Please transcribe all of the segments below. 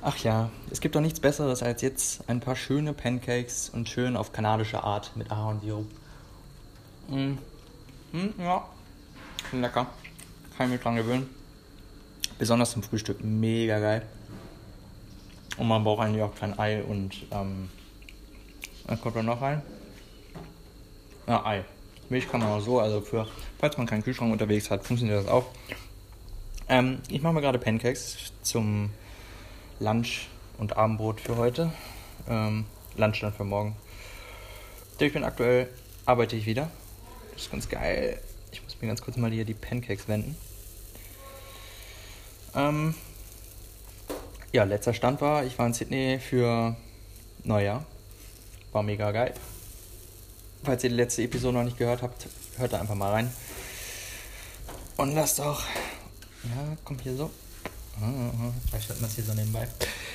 Ach ja, es gibt doch nichts Besseres als jetzt ein paar schöne Pancakes und schön auf kanadische Art mit Ahornsirup. Mm, ja, lecker. Kann ich mich dran gewöhnen. Besonders zum Frühstück mega geil. Und man braucht eigentlich auch kein Ei und was kommt da noch rein? Ja, Ei. Milch kann man auch so, also falls man keinen Kühlschrank unterwegs hat, funktioniert das auch. Ich mache mir gerade Pancakes zum Lunch und Abendbrot für heute. Lunch dann für morgen. Arbeite ich wieder. Das ist ganz geil. Ich muss mir ganz kurz mal hier die Pancakes wenden. Ja, letzter Stand war, ich war in Sydney für Neujahr. War mega geil. Falls ihr die letzte Episode noch nicht gehört habt, hört da einfach mal rein. Und lasst auch... Ja, kommt hier so. Vielleicht hört man es hier so nebenbei.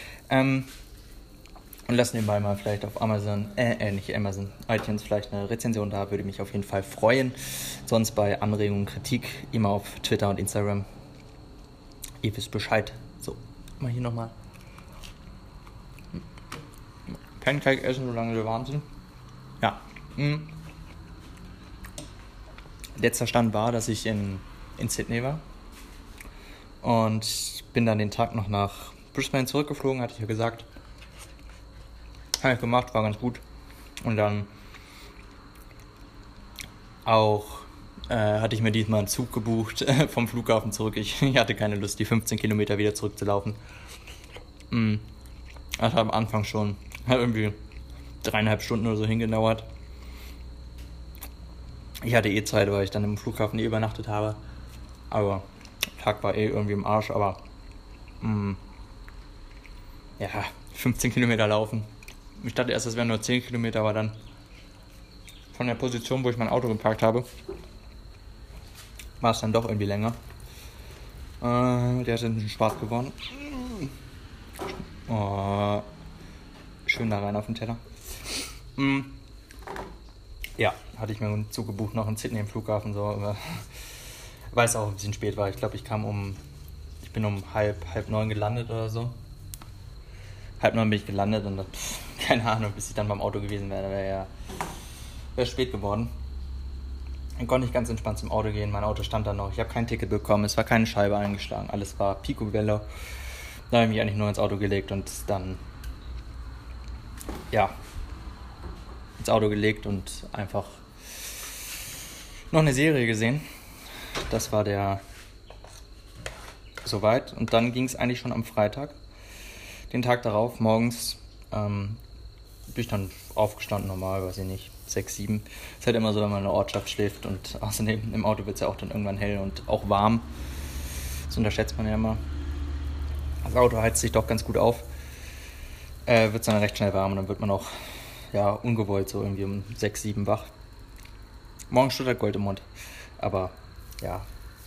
Und lasst nebenbei mal vielleicht auf iTunes vielleicht eine Rezension da, würde mich auf jeden Fall freuen. Sonst bei Anregungen, Kritik immer auf Twitter und Instagram. Ihr wisst Bescheid. So, mal hier nochmal. Pancake essen, solange wir warm sind. Ja. Letzter Stand war, dass ich in Sydney war. Und bin dann den Tag noch nach Brisbane zurückgeflogen, hatte ich ja gesagt. Habe ich gemacht, war ganz gut. Und dann auch hatte ich mir diesmal einen Zug gebucht vom Flughafen zurück. Ich hatte keine Lust, die 15 Kilometer wieder zurückzulaufen. Das hat am Anfang schon irgendwie 3,5 Stunden oder so hingedauert. Ich hatte Zeit, weil ich dann im Flughafen übernachtet habe. Aber der Tag war irgendwie im Arsch. Aber ja, 15 Kilometer laufen. Ich dachte erst, es wären nur 10 Kilometer, aber dann von der Position, wo ich mein Auto geparkt habe, war es dann doch irgendwie länger. Der ist ein bisschen schwarz geworden. Oh, schön da rein auf den Teller. Ja, hatte ich mir einen Zug gebucht noch in Sydney im Flughafen, so, weil es auch ein bisschen spät war. Ich glaube, ich bin um halb 9 gelandet oder so. 8:30 bin ich gelandet und keine Ahnung, bis ich dann beim Auto gewesen wäre, wäre spät geworden. Dann konnte ich ganz entspannt zum Auto gehen, mein Auto stand da noch, ich habe kein Ticket bekommen, es war keine Scheibe eingeschlagen, alles war picobello. Da habe ich mich eigentlich nur ins Auto gelegt und dann, ja, ins Auto gelegt und einfach noch eine Serie gesehen. Das war soweit. Und dann ging es eigentlich schon am Freitag. Den Tag darauf, morgens, bin ich dann aufgestanden, normal, weiß ich nicht, 6, 7. Ist halt immer so, wenn man in der Ortschaft schläft und außerdem im Auto wird es ja auch dann irgendwann hell und auch warm. Das unterschätzt man ja immer. Das Auto heizt sich doch ganz gut auf. Wird es dann recht schnell warm und dann wird man auch ja, ungewollt so irgendwie um 6, 7 wach. Morgen Stuttgart Gold im Mund. Aber ja.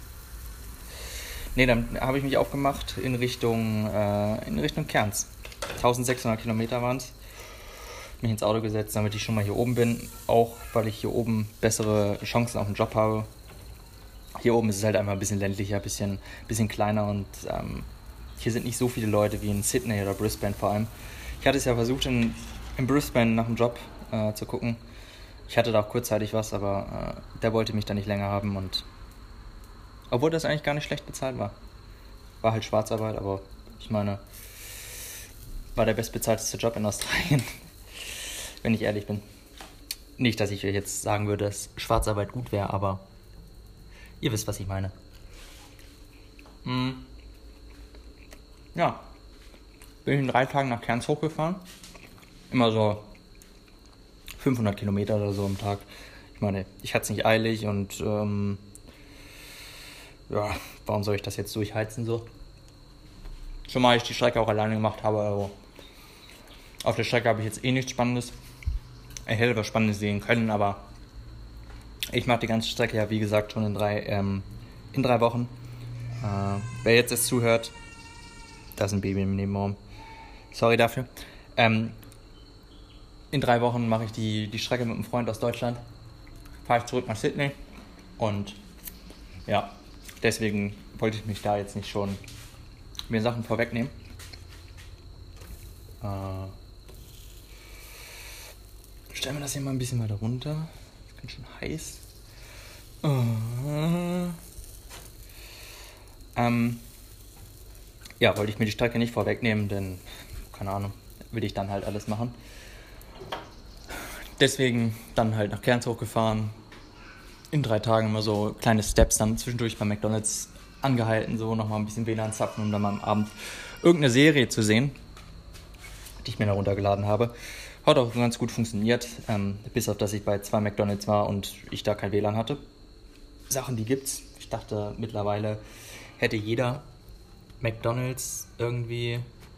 Nee, dann habe ich mich aufgemacht in Richtung Cairns. 1600 Kilometer waren es. Mich ins Auto gesetzt, damit ich schon mal hier oben bin. Auch weil ich hier oben bessere Chancen auf den Job habe. Hier oben ist es halt einfach ein bisschen ländlicher, ein bisschen kleiner und hier sind nicht so viele Leute wie in Sydney oder Brisbane vor allem. Ich hatte es ja versucht in Brisbane nach einem Job zu gucken. Ich hatte da auch kurzzeitig was, aber der wollte mich da nicht länger haben und obwohl das eigentlich gar nicht schlecht bezahlt war. War halt Schwarzarbeit, aber ich meine, war der bestbezahlteste Job in Australien, wenn ich ehrlich bin. Nicht, dass ich euch jetzt sagen würde, dass Schwarzarbeit gut wäre, aber ihr wisst, was ich meine. Ja, bin ich in 3 Tagen nach Cairns hochgefahren. Immer so 500 Kilometer oder so am Tag. Ich meine, ich hatte es nicht eilig und ja, warum soll ich das jetzt durchheizen so? Zumal ich die Strecke auch alleine gemacht habe, also auf der Strecke habe ich jetzt nichts Spannendes. Ich hätte was Spannendes sehen können, aber ich mache die ganze Strecke ja wie gesagt schon in 3 Wochen. Wer jetzt erst zuhört, da ist ein Baby im Nebenraum. Sorry dafür. In 3 Wochen mache ich die Strecke mit einem Freund aus Deutschland. Fahre ich zurück nach Sydney und ja, deswegen wollte ich mich da jetzt nicht schon mir Sachen vorwegnehmen. Stellen wir das hier mal ein bisschen weiter runter. Ist ganz schön heiß. Ja, wollte ich mir die Strecke nicht vorwegnehmen, denn, keine Ahnung, will ich dann halt alles machen. Deswegen dann halt nach Cairns hochgefahren. In 3 Tagen immer so kleine Steps, dann zwischendurch bei McDonald's angehalten, so nochmal ein bisschen WLAN zapfen, um dann mal am Abend irgendeine Serie zu sehen, die ich mir da runtergeladen habe. Hat auch ganz gut funktioniert, bis auf, dass ich bei 2 McDonald's war und ich da kein WLAN hatte. Sachen, die gibt's. Ich dachte, mittlerweile hätte jeder McDonald's irgendwie...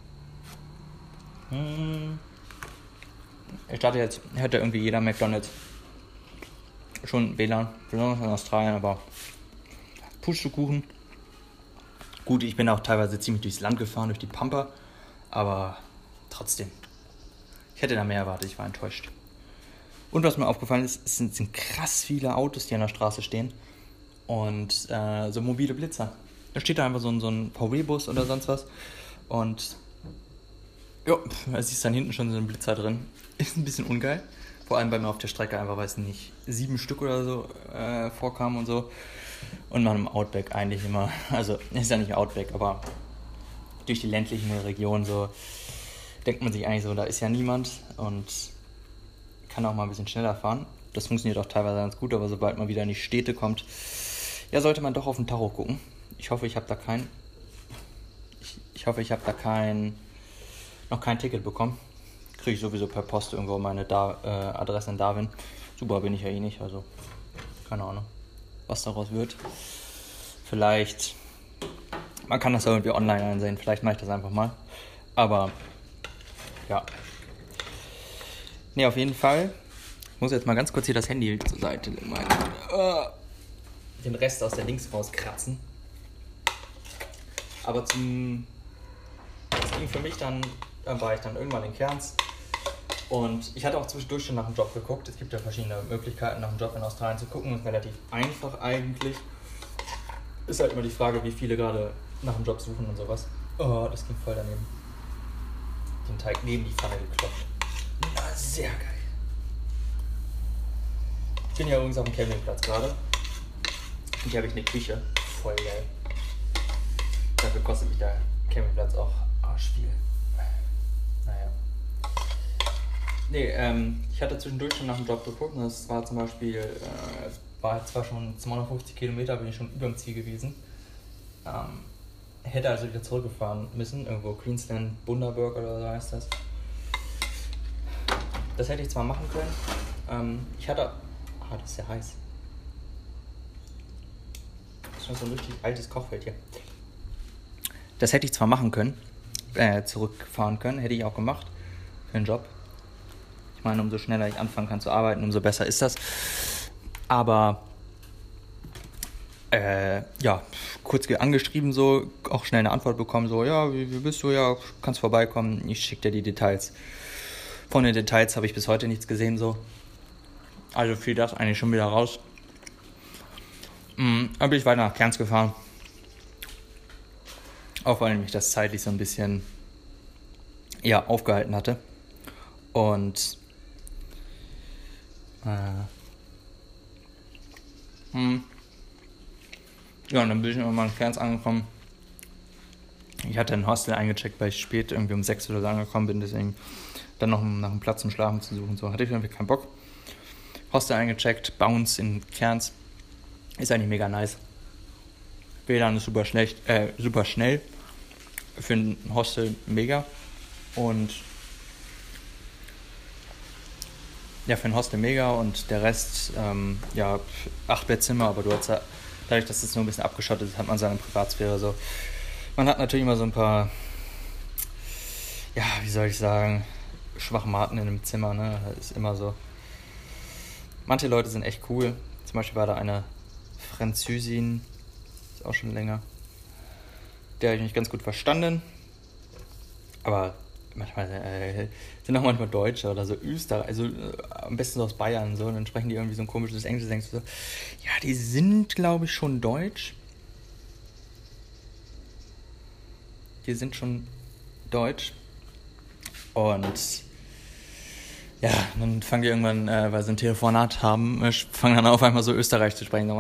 Ich dachte jetzt, hätte irgendwie jeder McDonald's schon WLAN, besonders in Australien, aber Pustekuchen. Gut, ich bin auch teilweise ziemlich durchs Land gefahren, durch die Pampa, aber trotzdem. Ich hätte da mehr erwartet, ich war enttäuscht. Und was mir aufgefallen ist, es sind krass viele Autos, die an der Straße stehen. Und so mobile Blitzer. Da steht da einfach so ein VW-Bus oder sonst was. Und ja, da siehst dann hinten schon so ein Blitzer drin. Ist ein bisschen ungeil. Vor allem, weil mir auf der Strecke einfach, weiß nicht, 7 Stück oder so vorkamen und so. Und man im Outback eigentlich immer, also ist ja nicht Outback, aber durch die ländlichen Regionen so, denkt man sich eigentlich so, da ist ja niemand und kann auch mal ein bisschen schneller fahren. Das funktioniert auch teilweise ganz gut, aber sobald man wieder in die Städte kommt, ja, sollte man doch auf den Tacho gucken. Ich hoffe, ich habe da noch kein Ticket bekommen. Kriege ich sowieso per Post irgendwo meine Adresse in Darwin. Super bin ich ja eh nicht, also keine Ahnung, was daraus wird. Vielleicht, man kann das ja irgendwie online einsehen, vielleicht mache ich das einfach mal. Aber, ja. Ne, auf jeden Fall. Ich muss jetzt mal ganz kurz hier das Handy zur Seite legen. Den Rest aus der Links rauskratzen. Aber das ging für mich dann war ich dann irgendwann in Cairns. Und ich hatte auch zwischendurch schon nach einem Job geguckt. Es gibt ja verschiedene Möglichkeiten, nach einem Job in Australien zu gucken. Das ist relativ einfach eigentlich. Ist halt immer die Frage, wie viele gerade nach einem Job suchen und sowas. Oh, das ging voll daneben. Den Teig neben die Pfanne geklopft. Na, sehr geil. Ich bin ja übrigens auf dem Campingplatz gerade. Und hier habe ich eine Küche. Voll geil. Dafür kostet mich der Campingplatz auch arschviel. Naja. Nee, ich hatte zwischendurch schon nach dem Job geguckt. Und das war zum Beispiel, war zwar schon 250 Kilometer, bin ich schon über dem Ziel gewesen. Hätte also wieder zurückgefahren müssen. Irgendwo Queensland, Bundaberg oder so heißt das. Das hätte ich zwar machen können. Ich hatte... das ist ja heiß. Das ist schon so ein richtig altes Kochfeld hier. Das hätte ich zwar machen können, zurückfahren können, hätte ich auch gemacht für den Job. Ich meine, umso schneller ich anfangen kann zu arbeiten, umso besser ist das. Aber ja, kurz angeschrieben so, auch schnell eine Antwort bekommen, so, ja, wie bist du, ja, kannst vorbeikommen, ich schicke dir die Details. Von den Details habe ich bis heute nichts gesehen, so. Also fiel das eigentlich schon wieder raus. Dann bin ich weiter nach Cairns gefahren. Auch weil mich das zeitlich so ein bisschen aufgehalten hatte. Und ja, und dann bin ich irgendwann in Cairns angekommen. Ich hatte ein Hostel eingecheckt, weil ich spät irgendwie um 6 oder so angekommen bin, deswegen dann noch nach einem Platz zum Schlafen zu suchen. So hatte ich irgendwie keinen Bock. Hostel eingecheckt, Bounce in Cairns. Ist eigentlich mega nice. WLAN ist super schnell. Für ein Hostel mega. Und ja, für ein Hostel mega und der Rest, 8 Bettzimmer, aber du hast ja, dadurch, dass es nur ein bisschen abgeschottet ist, hat man seine Privatsphäre so. Man hat natürlich immer so ein paar, ja, wie soll ich sagen, Schwachmaten in einem Zimmer, ne? Das ist immer so. Manche Leute sind echt cool. Zum Beispiel war da eine Französin, ist auch schon länger. Der habe ich nicht ganz gut verstanden. Aber manchmal sind auch manchmal Deutsche oder so Österreich, also am besten so aus Bayern so, und dann sprechen die irgendwie so ein komisches Englisch, denkst du so, ja, die sind, glaube ich, schon deutsch. Die sind schon deutsch. Und ja, dann fangen die irgendwann, weil sie ein Telefonat haben, fangen dann auf einmal so Österreich zu sprechen. So,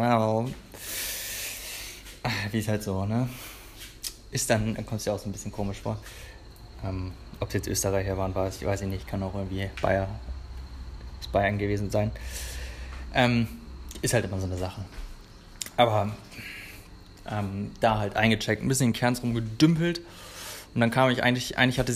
wie es halt so, ne? Dann kommt es ja auch so ein bisschen komisch vor. Ob es jetzt Österreicher waren, weiß ich nicht. Kann auch irgendwie Bayern gewesen sein. Ist halt immer so eine Sache. Aber da halt eingecheckt, ein bisschen in Kerns rumgedümpelt. Und dann kam ich ich hatte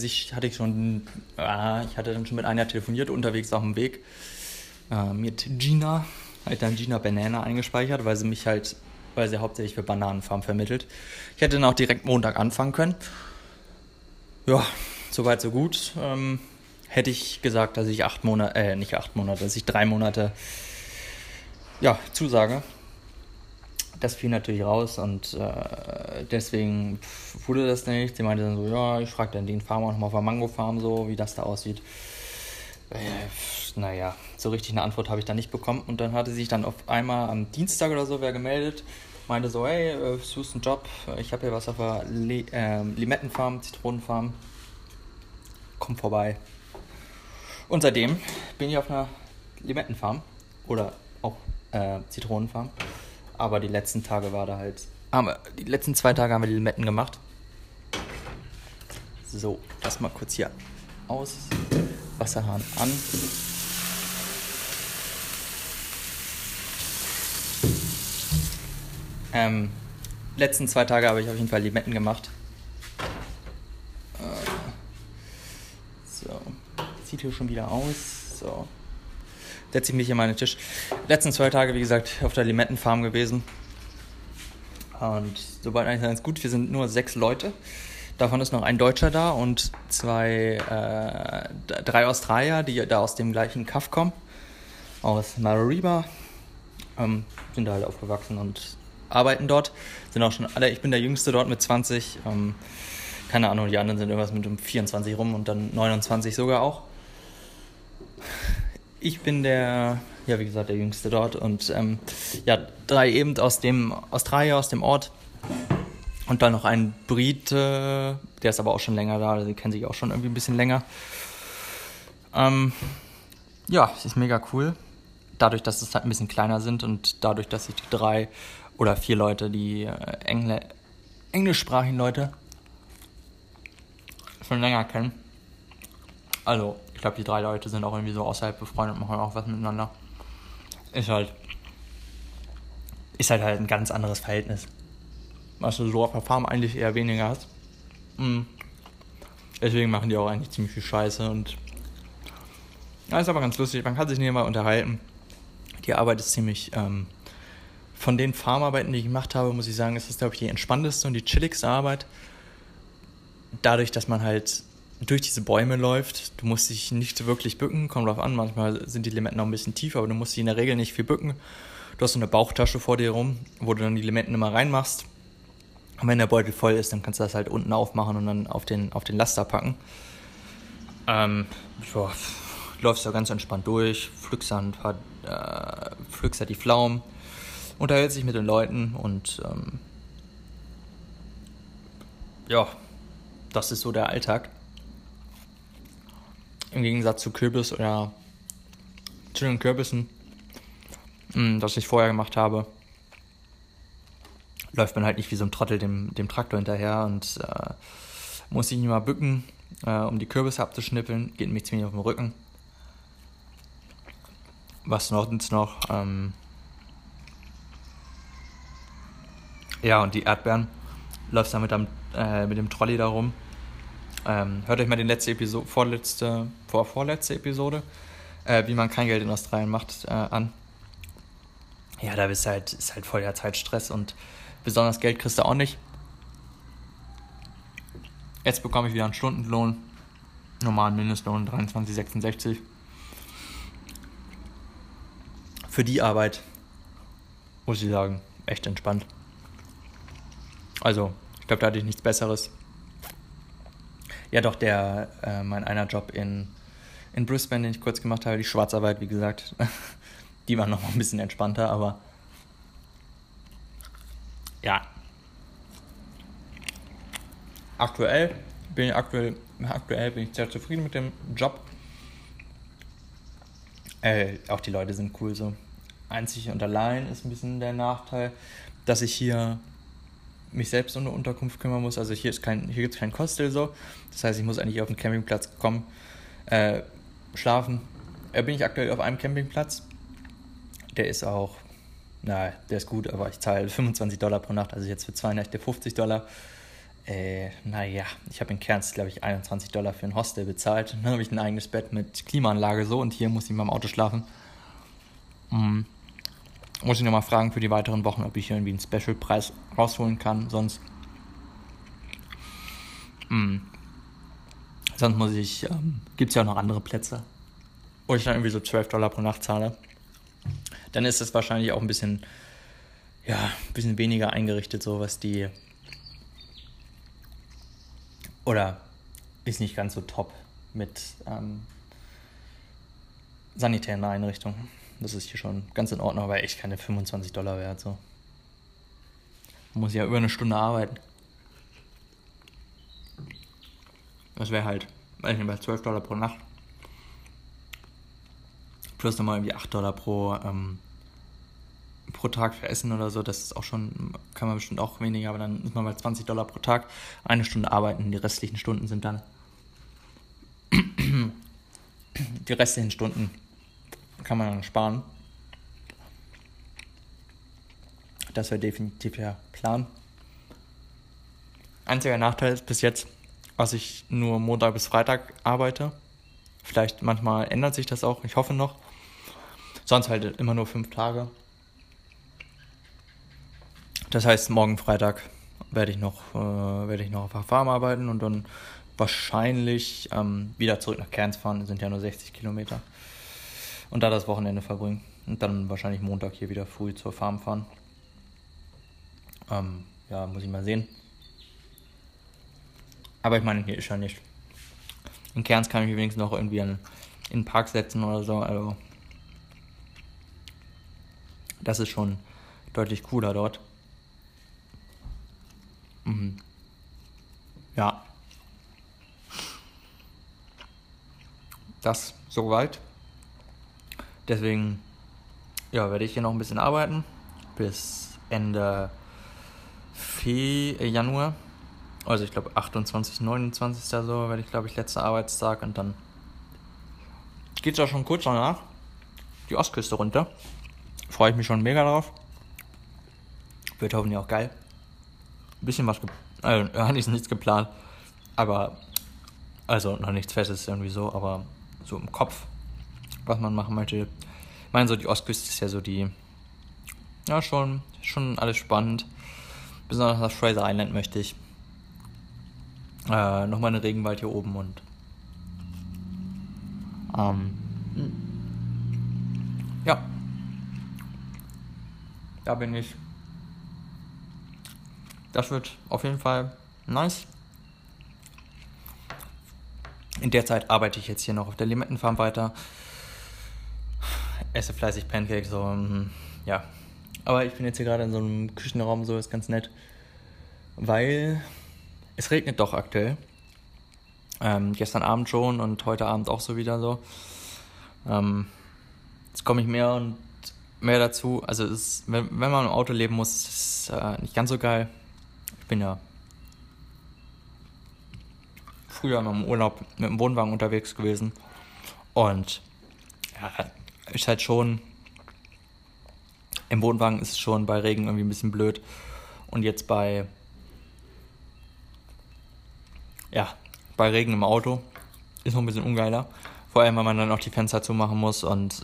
dann schon mit einer telefoniert, unterwegs auf dem Weg. Mit Gina, halt dann Gina Banana eingespeichert, weil sie hauptsächlich für Bananenfarm vermittelt. Ich hätte dann auch direkt Montag anfangen können. Ja, soweit so gut. Hätte ich gesagt, dass ich 3 Monate zusage. Das fiel natürlich raus und deswegen wurde das nicht. Sie meinte dann so, ja, ich frage dann den Farmer nochmal auf der Mango-Farm so, wie das da aussieht. So richtig eine Antwort habe ich da nicht bekommen. Und dann hatte sich dann auf einmal am Dienstag oder so wer gemeldet, meinte so, hey, suchst einen Job, ich habe hier was auf der Limettenfarm, Zitronenfarm, komm vorbei. Und seitdem bin ich auf einer Limettenfarm oder auch Zitronenfarm. Aber die letzten 2 Tage haben wir die Limetten gemacht. So, das mal kurz hier aus. Wasserhahn an. Letzten 2 Tage habe ich auf jeden Fall Limetten gemacht. So, sieht hier schon wieder aus. So. Setze ich mich hier an meinen Tisch. Letzten 2 Tage, wie gesagt, auf der Limettenfarm gewesen. Und soweit eigentlich ganz gut. Wir sind nur 6 Leute. Davon ist noch ein Deutscher da und 3 Australier, die da aus dem gleichen Kaff kommen. Aus Marariba. Sind da halt aufgewachsen und arbeiten dort. Sind auch schon alle, ich bin der Jüngste dort mit 20. Keine Ahnung, die anderen sind irgendwas mit um 24 rum und dann 29 sogar auch. Ich bin der Jüngste dort und 3 eben aus dem Australier, aus dem Ort und dann noch ein Brite, der ist aber auch schon länger da, also die kennen sich auch schon irgendwie ein bisschen länger. Es ist mega cool, dadurch, dass es halt ein bisschen kleiner sind und dadurch, dass ich die 3 oder 4 Leute, die englischsprachigen Leute schon länger kennen. Also, ich glaube, die 3 Leute sind auch irgendwie so außerhalb befreundet und machen auch was miteinander. Ist halt ein ganz anderes Verhältnis. Was du so auf der Farm eigentlich eher weniger hast. Deswegen machen die auch eigentlich ziemlich viel Scheiße und ja, ist aber ganz lustig. Man kann sich nicht immer unterhalten. Die Arbeit ist ziemlich, von den Farmarbeiten, die ich gemacht habe, muss ich sagen, ist das, glaube ich, die entspannteste und die chilligste Arbeit. Dadurch, dass man halt durch diese Bäume läuft, du musst dich nicht wirklich bücken, kommt drauf an, manchmal sind die Limetten noch ein bisschen tief, aber du musst dich in der Regel nicht viel bücken. Du hast so eine Bauchtasche vor dir rum, wo du dann die Limetten immer reinmachst. Und wenn der Beutel voll ist, dann kannst du das halt unten aufmachen und dann auf den Laster packen. Läufst da ganz entspannt durch, pflückst die Pflaumen, unterhältst dich mit den Leuten und das ist so der Alltag. Im Gegensatz zu Kürbis oder zu den Kürbissen, das ich vorher gemacht habe, läuft man halt nicht wie so ein Trottel dem Traktor hinterher und muss sich nicht mal bücken, um die Kürbisse abzuschnippeln. Geht nämlich ziemlich auf den Rücken. Was noch? Und die Erdbeeren. Läufst dann mit dem Trolley da rum. Hört euch mal die vorletzte Episode, wie man kein Geld in Australien macht, an. Ja, da ist halt voll der Zeitstress und besonders Geld kriegst du auch nicht. Jetzt bekomme ich wieder einen Stundenlohn, normalen Mindestlohn 23,66. Für die Arbeit, muss ich sagen, echt entspannt. Also, ich glaube, da hatte ich nichts Besseres. Ja doch, mein einer Job in Brisbane, den ich kurz gemacht habe, die Schwarzarbeit, wie gesagt, die war noch mal ein bisschen entspannter, aber ja. Bin ich aktuell aktuell bin ich sehr zufrieden mit dem Job. Auch die Leute sind cool so. Einzig und allein ist ein bisschen der Nachteil, dass ich hier mich selbst um eine Unterkunft kümmern muss. Also hier gibt es kein Hostel so. Das heißt, ich muss eigentlich auf den Campingplatz schlafen. Bin ich aktuell auf einem Campingplatz. Der ist auch, der ist gut, aber ich zahle $25 pro Nacht. Also jetzt für 2 Nächte $50. Ich habe in Cairns, glaube ich, $21 für ein Hostel bezahlt. Dann habe ich ein eigenes Bett mit Klimaanlage so und hier muss ich in meinem Auto schlafen. Muss ich nochmal fragen für die weiteren Wochen, ob ich irgendwie einen Special-Preis rausholen kann. Sonst gibt es ja auch noch andere Plätze, wo ich dann irgendwie so $12 pro Nacht zahle. Dann ist das wahrscheinlich auch ein bisschen weniger eingerichtet, so was die, oder ist nicht ganz so top mit sanitären Einrichtungen. Das ist hier schon ganz in Ordnung, aber echt keine $25 wert. So. Man muss ja über eine Stunde arbeiten. Das wäre halt, weiß nicht, bei $12 pro Nacht. Plus nochmal irgendwie $8 pro Tag für Essen oder so. Das ist auch schon, kann man bestimmt auch weniger, aber dann ist man bei $20 pro Tag. 1 Stunde arbeiten, die restlichen Stunden sind dann die restlichen Stunden kann man dann sparen. Das wäre definitiv der Plan. Einziger Nachteil ist bis jetzt, dass ich nur Montag bis Freitag arbeite. Vielleicht manchmal ändert sich das auch, ich hoffe noch. Sonst halt immer nur 5 Tage. Das heißt, morgen Freitag werde ich noch auf der Farm arbeiten und dann wahrscheinlich wieder zurück nach Cairns fahren. Das sind ja nur 60 Kilometer. Und da das Wochenende verbringen. Und dann wahrscheinlich Montag hier wieder früh zur Farm fahren. Muss ich mal sehen. Aber ich meine, hier ist ja nicht. In Cairns kann ich mich wenigstens noch irgendwie in den Park setzen oder so. Also das ist schon deutlich cooler dort. Ja. Das soweit. Deswegen werde ich hier noch ein bisschen arbeiten. Bis Ende Januar. Also ich glaube 28, 29. so werde ich, glaube ich, letzter Arbeitstag. Und dann geht es auch schon kurz danach die Ostküste runter. Freue ich mich schon mega drauf. Wird hoffentlich auch geil. Ein bisschen was ist nichts geplant. Aber, also noch nichts Festes irgendwie so, aber so im Kopf, was man machen möchte. Ich meine, so die Ostküste ist ja so die, ja, schon alles spannend. Besonders nach Fraser Island möchte ich. Nochmal einen Regenwald hier oben und ja, da bin ich. Das wird auf jeden Fall nice. In der Zeit arbeite ich jetzt hier noch auf der Limettenfarm weiter. Esse fleißig Pancakes, so, ja. Aber ich bin jetzt hier gerade in so einem Küchenraum, so ist ganz nett. Weil es regnet doch aktuell. Gestern Abend schon und heute Abend auch so wieder so. Jetzt komme ich mehr und mehr dazu. Also wenn man im Auto leben muss, ist es nicht ganz so geil. Ich bin ja früher noch im Urlaub mit dem Wohnwagen unterwegs gewesen. Und ja, ist halt schon, im Wohnwagen ist es schon bei Regen irgendwie ein bisschen blöd. Und jetzt bei Regen im Auto ist noch ein bisschen ungeiler. Vor allem, weil man dann auch die Fenster zumachen muss und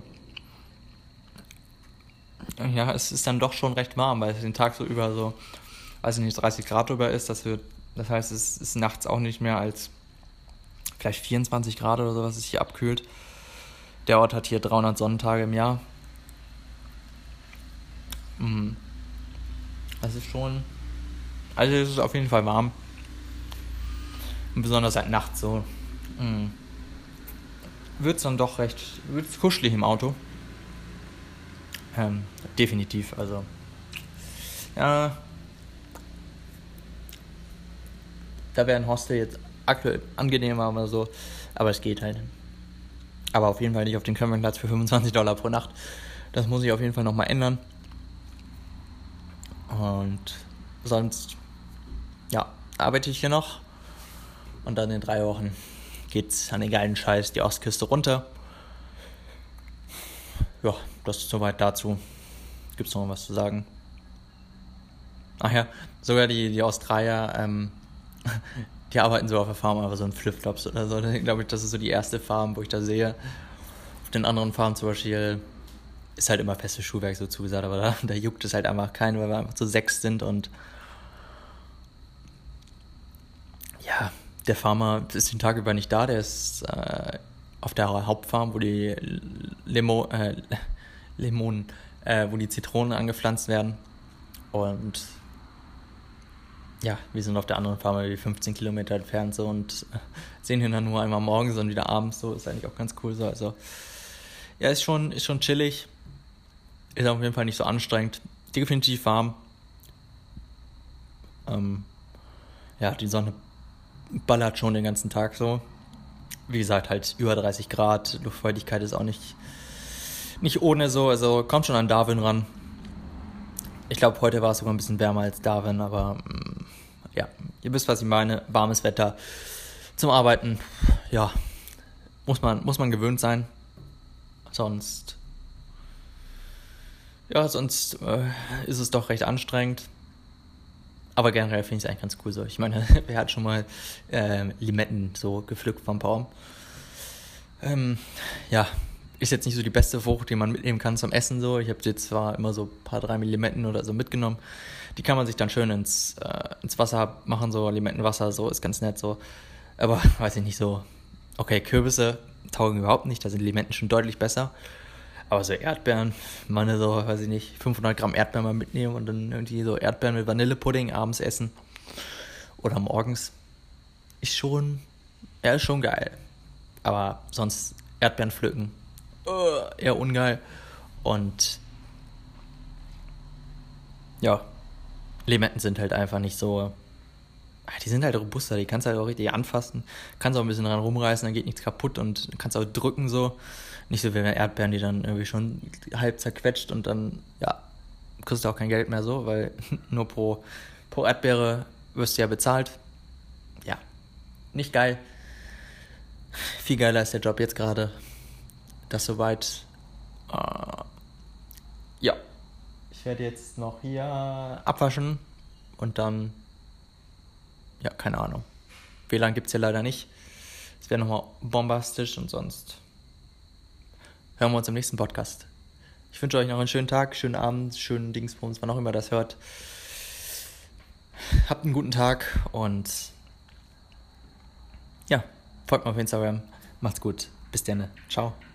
es ist dann doch schon recht warm, weil es den Tag so über so, 30 Grad drüber ist. Das heißt, es ist nachts auch nicht mehr als vielleicht 24 Grad oder so, was es hier abkühlt. Der Ort hat hier 300 Sonnentage im Jahr. Das ist schon, also es ist auf jeden Fall warm. Und besonders halt nachts so. Wird es dann doch wird's kuschelig im Auto. Definitiv, also. Ja. Da wäre ein Hostel jetzt aktuell angenehmer oder so, aber es geht halt. Aber auf jeden Fall nicht auf den Campingplatz für $25 pro Nacht. Das muss ich auf jeden Fall nochmal ändern. Und sonst, ja, arbeite ich hier noch. Und dann in 3 Wochen geht's an den geilen Scheiß die Ostküste runter. Ja, das ist soweit dazu. Gibt's noch was zu sagen? Ach ja, sogar die Australier, die arbeiten so auf der Farm, aber so in Flipflops oder so. Ich glaube, das ist so die erste Farm, wo ich da sehe. Auf den anderen Farmen zum Beispiel ist halt immer festes Schuhwerk so zugesagt, aber da juckt es halt einfach keinen, weil wir einfach zu 6 sind und ja, der Farmer ist den Tag über nicht da, der ist auf der Hauptfarm, wo die Limonen, wo die Zitronen angepflanzt werden und ja, wir sind auf der anderen Farm, wie 15 Kilometer entfernt so und sehen ihn dann nur einmal morgens und wieder abends so, ist eigentlich auch ganz cool so, also ja, ist schon chillig, ist auf jeden Fall nicht so anstrengend, definitiv warm, ja, die Sonne ballert schon den ganzen Tag so, wie gesagt, halt über 30 Grad, Luftfeuchtigkeit ist auch nicht ohne so, also kommt schon an Darwin ran. Ich glaube, heute war es sogar ein bisschen wärmer als Darwin, aber ja, ihr wisst, was ich meine. Warmes Wetter zum Arbeiten, ja, muss man gewöhnt sein. Sonst ist es doch recht anstrengend. Aber generell finde ich es eigentlich ganz cool so. Ich meine, wer hat schon mal Limetten so gepflückt vom Baum? Ja, ist jetzt nicht so die beste Frucht, die man mitnehmen kann zum Essen so. Ich habe jetzt zwar immer so ein paar 3 Limetten oder so mitgenommen. Die kann man sich dann schön ins Wasser machen, so Limettenwasser, so ist ganz nett so. Aber weiß ich nicht so. Okay, Kürbisse taugen überhaupt nicht, da sind Limetten schon deutlich besser. Aber so Erdbeeren, meine so, weiß ich nicht, 500 Gramm Erdbeeren mal mitnehmen und dann irgendwie so Erdbeeren mit Vanillepudding abends essen. Oder morgens. Ist schon geil. Aber sonst Erdbeeren pflücken, eher ungeil. Und ja, Limetten sind halt einfach nicht so, die sind halt robuster, die kannst du halt auch richtig anfassen, kannst auch ein bisschen dran rumreißen, dann geht nichts kaputt und kannst auch drücken so. Nicht so wie bei Erdbeeren, die dann irgendwie schon halb zerquetscht und dann, ja, kriegst du auch kein Geld mehr so, weil nur pro Erdbeere wirst du ja bezahlt. Ja, nicht geil. Viel geiler ist der Job jetzt gerade. Das soweit. Ja. Ich werde jetzt noch hier abwaschen und dann, ja, keine Ahnung. WLAN gibt es hier leider nicht. Es wäre nochmal bombastisch und sonst hören wir uns im nächsten Podcast. Ich wünsche euch noch einen schönen Tag, schönen Abend, schönen Dingsbums, wann auch immer das hört. Habt einen guten Tag und ja, folgt mir auf Instagram. Macht's gut. Bis dann. Ciao.